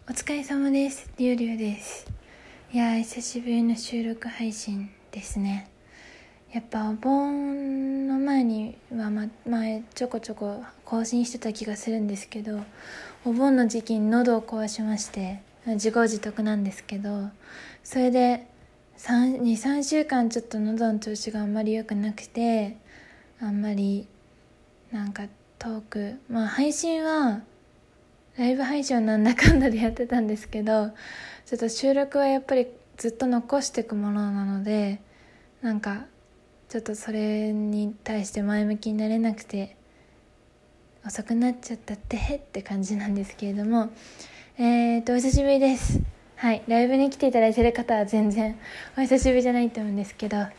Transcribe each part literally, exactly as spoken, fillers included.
お疲れ様です。りゅうりゅうです。いやー、久しぶりの収録配信ですね。やっぱお盆の前には、ま、前ちょこちょこ更新してた気がするんですけど、お盆の時期に喉を壊しまして、自業自得なんですけど、それでに、さんしゅうかんちょっと喉の調子があんまり良くなくて、あんまりなんかトーク、まあ配信はライブ配信はなんだかんだでやってたんですけど、ちょっと収録はやっぱりずっと残していくものなので、なんかちょっとそれに対して前向きになれなくて遅くなっちゃったってへって感じなんですけれども、えーとお久しぶりです。はい、ライブに来ていただいている方は全然お久しぶりじゃないと思うんですけど、はい、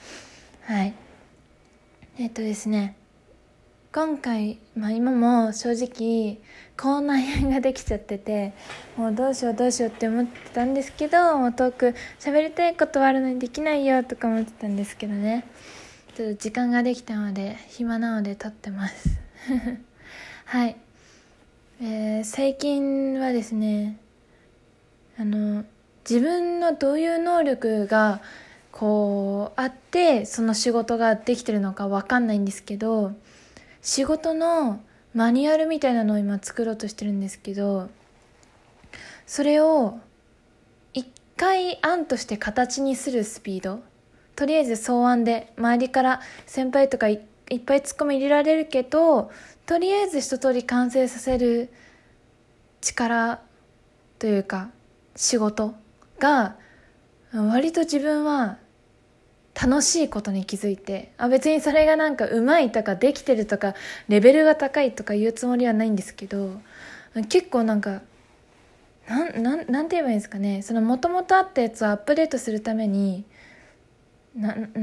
えっ、ー、とですね今回、まあ、今も正直口内炎ができちゃってて、もうどうしようどうしようって思ってたんですけど、もうトーク喋りたいことはあるのにできないよとか思ってたんですけどね、ちょっと時間ができたので暇なので撮ってますはい、えー、最近はですね、あの自分のどういう能力がこうあってその仕事ができてるのか分かんないんですけど、仕事のマニュアルみたいなのを今作ろうとしてるんですけど、それを一回案として形にするスピード、とりあえず草案で周りから先輩とか い, いっぱいツッコミ入れられるけど、とりあえず一通り完成させる力というか仕事が割と自分は楽しいことに気づいて、あ別にそれがなんかうまいとかできてるとかレベルが高いとか言うつもりはないんですけど、結構なんかなんなんなんて言えばいいんですかね、その元々あったやつをアップデートするためになうん、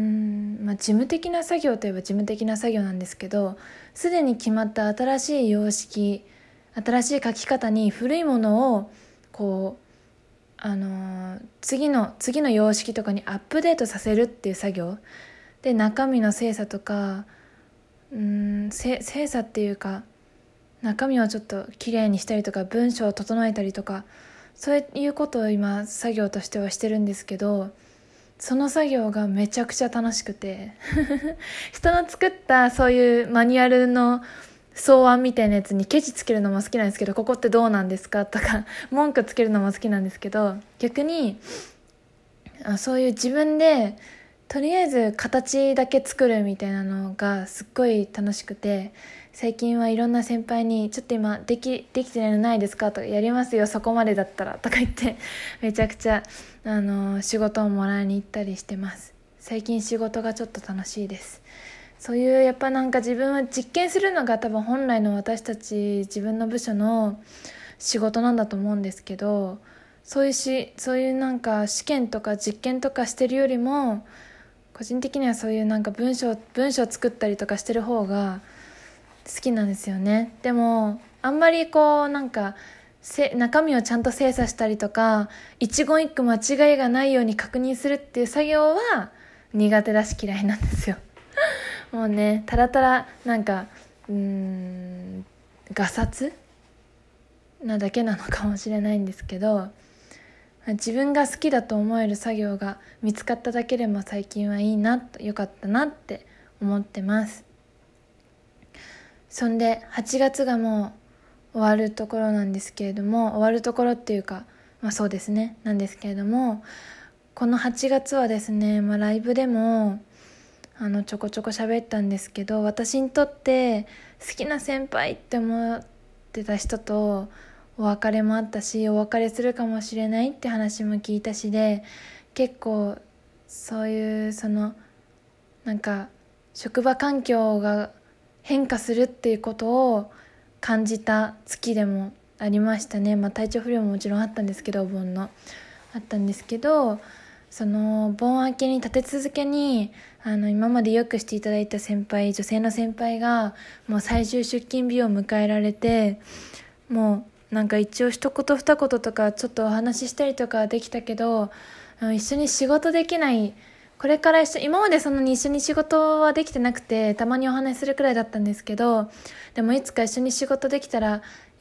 まあ、事務的な作業といえば事務的な作業なんですけど、すでに決まった新しい様式、新しい書き方に古いものをこうあのー、次の次の様式とかにアップデートさせるっていう作業で、中身の精査とかうーん精査っていうか中身をちょっときれいにしたりとか文章を整えたりとか、そういうことを今作業としてはしてるんですけど、その作業がめちゃくちゃ楽しくて人の作ったそういうマニュアルの草案みたいなやつにケチつけるのも好きなんですけど、ここってどうなんですかとか文句つけるのも好きなんですけど、逆にあそういう自分でとりあえず形だけ作るみたいなのがすっごい楽しくて、最近はいろんな先輩にちょっと今できできてないのないですかとか、やりますよそこまでだったらとか言ってめちゃくちゃあの仕事をもらいに行ったりしてます。最近仕事がちょっと楽しいです。そういうやっぱなんか自分は実験するのが多分本来の私たち自分の部署の仕事なんだと思うんですけど、そういうしそういうなんか試験とか実験とかしてるよりも個人的にはそういうなんか文章文章作ったりとかしてる方が好きなんですよね。でもあんまりこうなんかせ中身をちゃんと精査したりとか一言一句間違いがないように確認するっていう作業は苦手だし嫌いなんですよもうね、たらたらなんかうーんガサツなだけなのかもしれないんですけど、自分が好きだと思える作業が見つかっただけでも最近はいいな、よかったなって思ってます。そんではちがつがもう終わるところなんですけれども、終わるところっていうかまあそうですねなんですけれども、このはちがつはですね、まあ、ライブでもあのちょこちょこ喋ったんですけど、私にとって好きな先輩って思ってた人とお別れもあったし、お別れするかもしれないって話も聞いたしで、結構そういうそのなんか職場環境が変化するっていうことを感じた月でもありましたね。まあ体調不良ももちろんあったんですけど、お盆のあったんですけど、その盆明けに立て続けにあの今までよくしていただいた先輩、女性の先輩がもう最終出勤日を迎えられて、もうなんか一応一言二言とかちょっとお話ししたりとかできたけど、一緒に仕事できない、これから一緒今までそんなに一緒に仕事はできてなくて、たまにお話しするくらいだったんですけど、でもいつか一緒に仕事できたら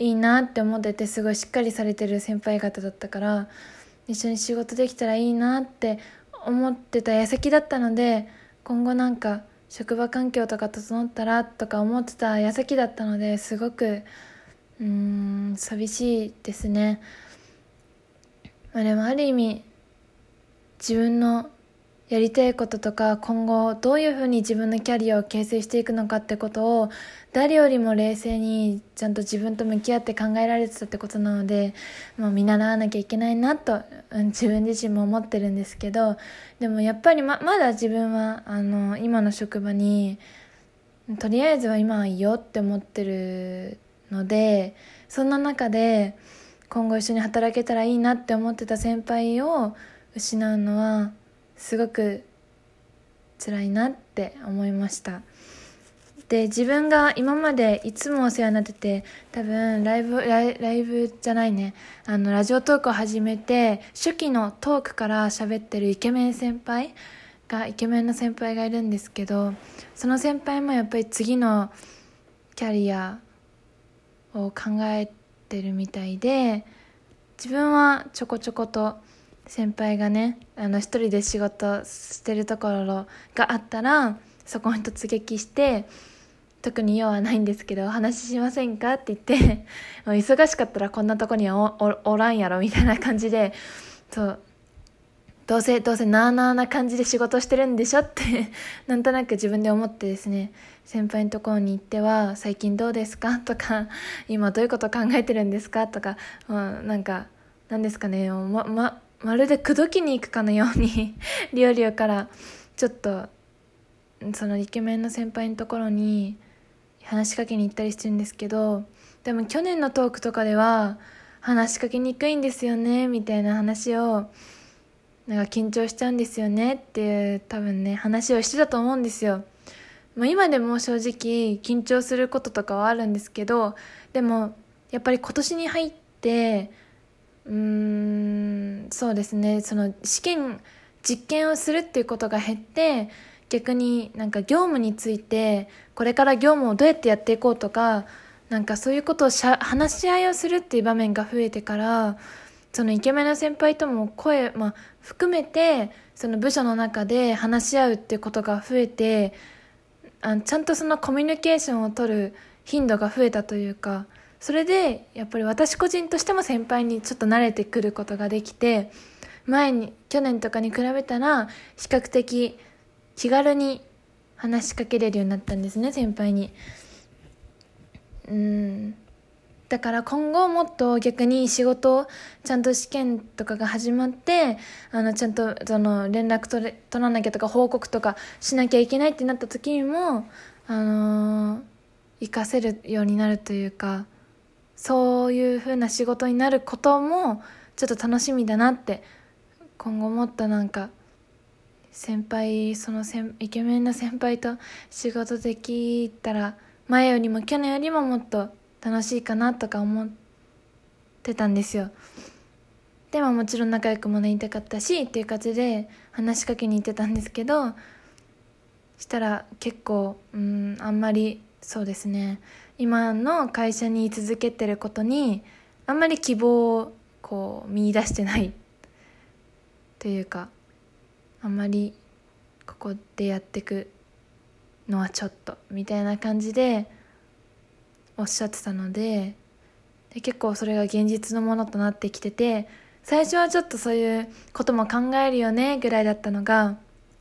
いいなって思ってて、すごいしっかりされてる先輩方だったから、一緒に仕事できたらいいなって思ってた矢先だったので、今後なんか職場環境とか整ったらとか思ってた矢先だったので、すごくうーん寂しいですね。まあ、でもある意味自分のやりたいこととか、今後どういうふうに自分のキャリアを形成していくのかってことを誰よりも冷静にちゃんと自分と向き合って考えられてたってことなので、もう見習わなきゃいけないなと、うん、自分自身も思ってるんですけど、でもやっぱり ま, まだ自分はあの今の職場にとりあえずは今はいいよって思ってるので、そんな中で今後一緒に働けたらいいなって思ってた先輩を失うのはすごく辛いなって思いました。で、自分が今までいつもお世話になってて、多分ライブライ、ライブじゃないねあのラジオトークを始めて初期のトークから喋ってるイケメン先輩がイケメンの先輩がいるんですけど、その先輩もやっぱり次のキャリアを考えてるみたいで、自分はちょこちょこと先輩がねあの一人で仕事してるところがあったらそこに突撃して、特に用はないんですけどお話ししませんかって言って忙しかったらこんなとこには お, お, おらんやろみたいな感じで、そうどうせどうせなあなあな感じで仕事してるんでしょってなんとなく自分で思ってですね、先輩のところに行っては最近どうですかとか、今どういうこと考えてるんですかとか、うん、なんかなんですかね、まままるで口説きに行くかのようにリオリオからちょっとそのイケメンの先輩のところに話しかけに行ったりしてるんですけど、でも去年のトークとかでは話しかけにくいんですよねみたいな話を、なんか緊張しちゃうんですよねっていう多分ね話をしてたと思うんですよ。もう今でも正直緊張することとかはあるんですけど、でもやっぱり今年に入ってうーんそうですね、その試験実験をするっていうことが減って、逆になんか業務についてこれから業務をどうやってやっていこうとか、なんかそういうことをしゃ話し合いをするっていう場面が増えてから、そのイケメンの先輩とも声、まあ、含めてその部署の中で話し合うっていうことが増えて、あちゃんとそのコミュニケーションを取る頻度が増えたというか、それでやっぱり私個人としても先輩にちょっと慣れてくることができて、前に去年とかに比べたら比較的気軽に話しかけれるようになったんですね、先輩に。うーんだから今後もっと逆に仕事ちゃんと試験とかが始まって、あのちゃんとその連絡取れ取らなきゃとか報告とかしなきゃいけないってなった時にも、あのー、活かせるようになるというか、そういう風な仕事になることもちょっと楽しみだなって、今後もっとなんか先輩その先イケメンな先輩と仕事できたら前よりも去年よりももっと楽しいかなとか思ってたんですよ。でももちろん仲良くもなりたかったしっていう感じで話しかけに行ってたんですけど、したら結構うんあんまりそうですね、今の会社に居続けてることにあんまり希望をこう見出してないというか、あんまりここでやってくのはちょっとみたいな感じでおっしゃってたので、で結構それが現実のものとなってきてて、最初はちょっとそういうことも考えるよねぐらいだったのが、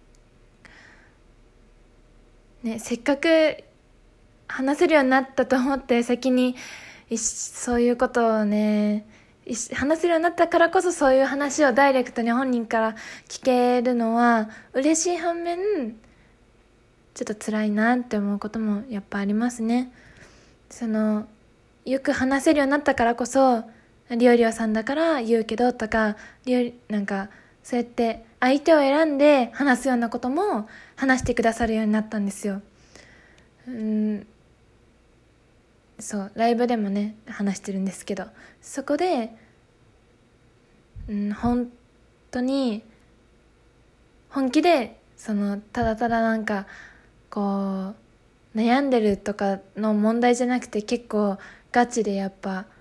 ね、せっかく話せるようになったと思って先にそういうことをね話せるようになったからこそ、そういう話をダイレクトに本人から聞けるのは嬉しい反面ちょっと辛いなって思うこともやっぱありますね。そのよく話せるようになったからこそ、リオリオさんだから言うけどとか、リオなんかそうやって相手を選んで話すようなことも話してくださるようになったんですよ。うんそうライブでもね話してるんですけど、そこで、うん、本当に本気でそのただただなんかこう悩んでるとかの問題じゃなくて、結構ガチでやっぱ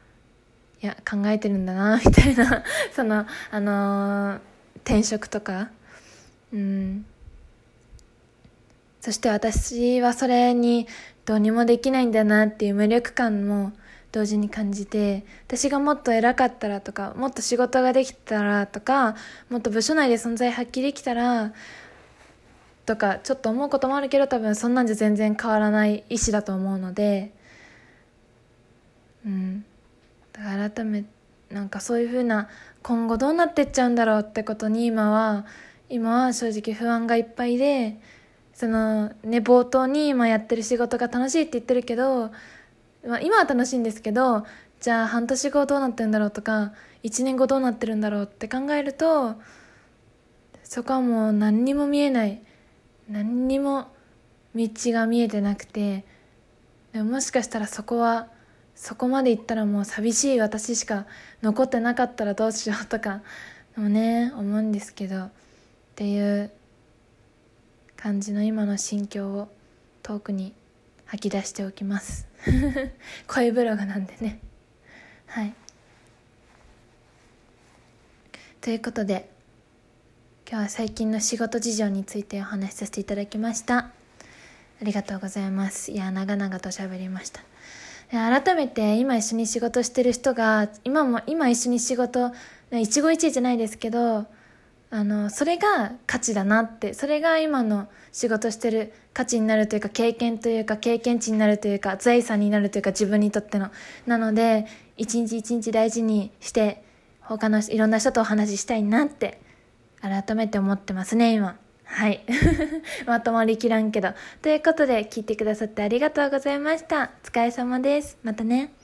いや考えてるんだなみたいなそのあのー、転職とか、うんそして私はそれにどうにもできないんだなっていう無力感も同時に感じて、私がもっと偉かったらとか、もっと仕事ができたらとか、もっと部署内で存在発揮できたらとかちょっと思うこともあるけど、多分そんなんじゃ全然変わらない意思だと思うので、うんだから改めなんかそういう風な今後どうなってっちゃうんだろうってことに今は今は正直不安がいっぱいで、そのね冒頭に今やってる仕事が楽しいって言ってるけど、まあ、今は楽しいんですけど、じゃあ半年後どうなってるんだろうとかいちねんごどうなってるんだろうって考えると、そこはもう何にも見えない、何にも道が見えてなくて、でももしかしたらそこはそこまで行ったらもう寂しい私しか残ってなかったらどうしようとかでもね思うんですけど、っていう感じの今の心境を遠くに吐き出しておきます声ブログなんでね。はいということで今日は最近の仕事事情についてお話しさせていただきました。ありがとうございます。いや長々と喋りました。改めて今一緒に仕事してる人が今も今一緒に仕事一期一会じゃないですけど、あのそれが価値だなって、それが今の仕事してる価値になるというか、経験というか経験値になるというか財産になるというか、自分にとってのなので一日一日大事にして他のいろんな人とお話ししたいなって改めて思ってますね今。はいまとまりきらんけど、ということで聞いてくださってありがとうございました。お疲れ様です。またね。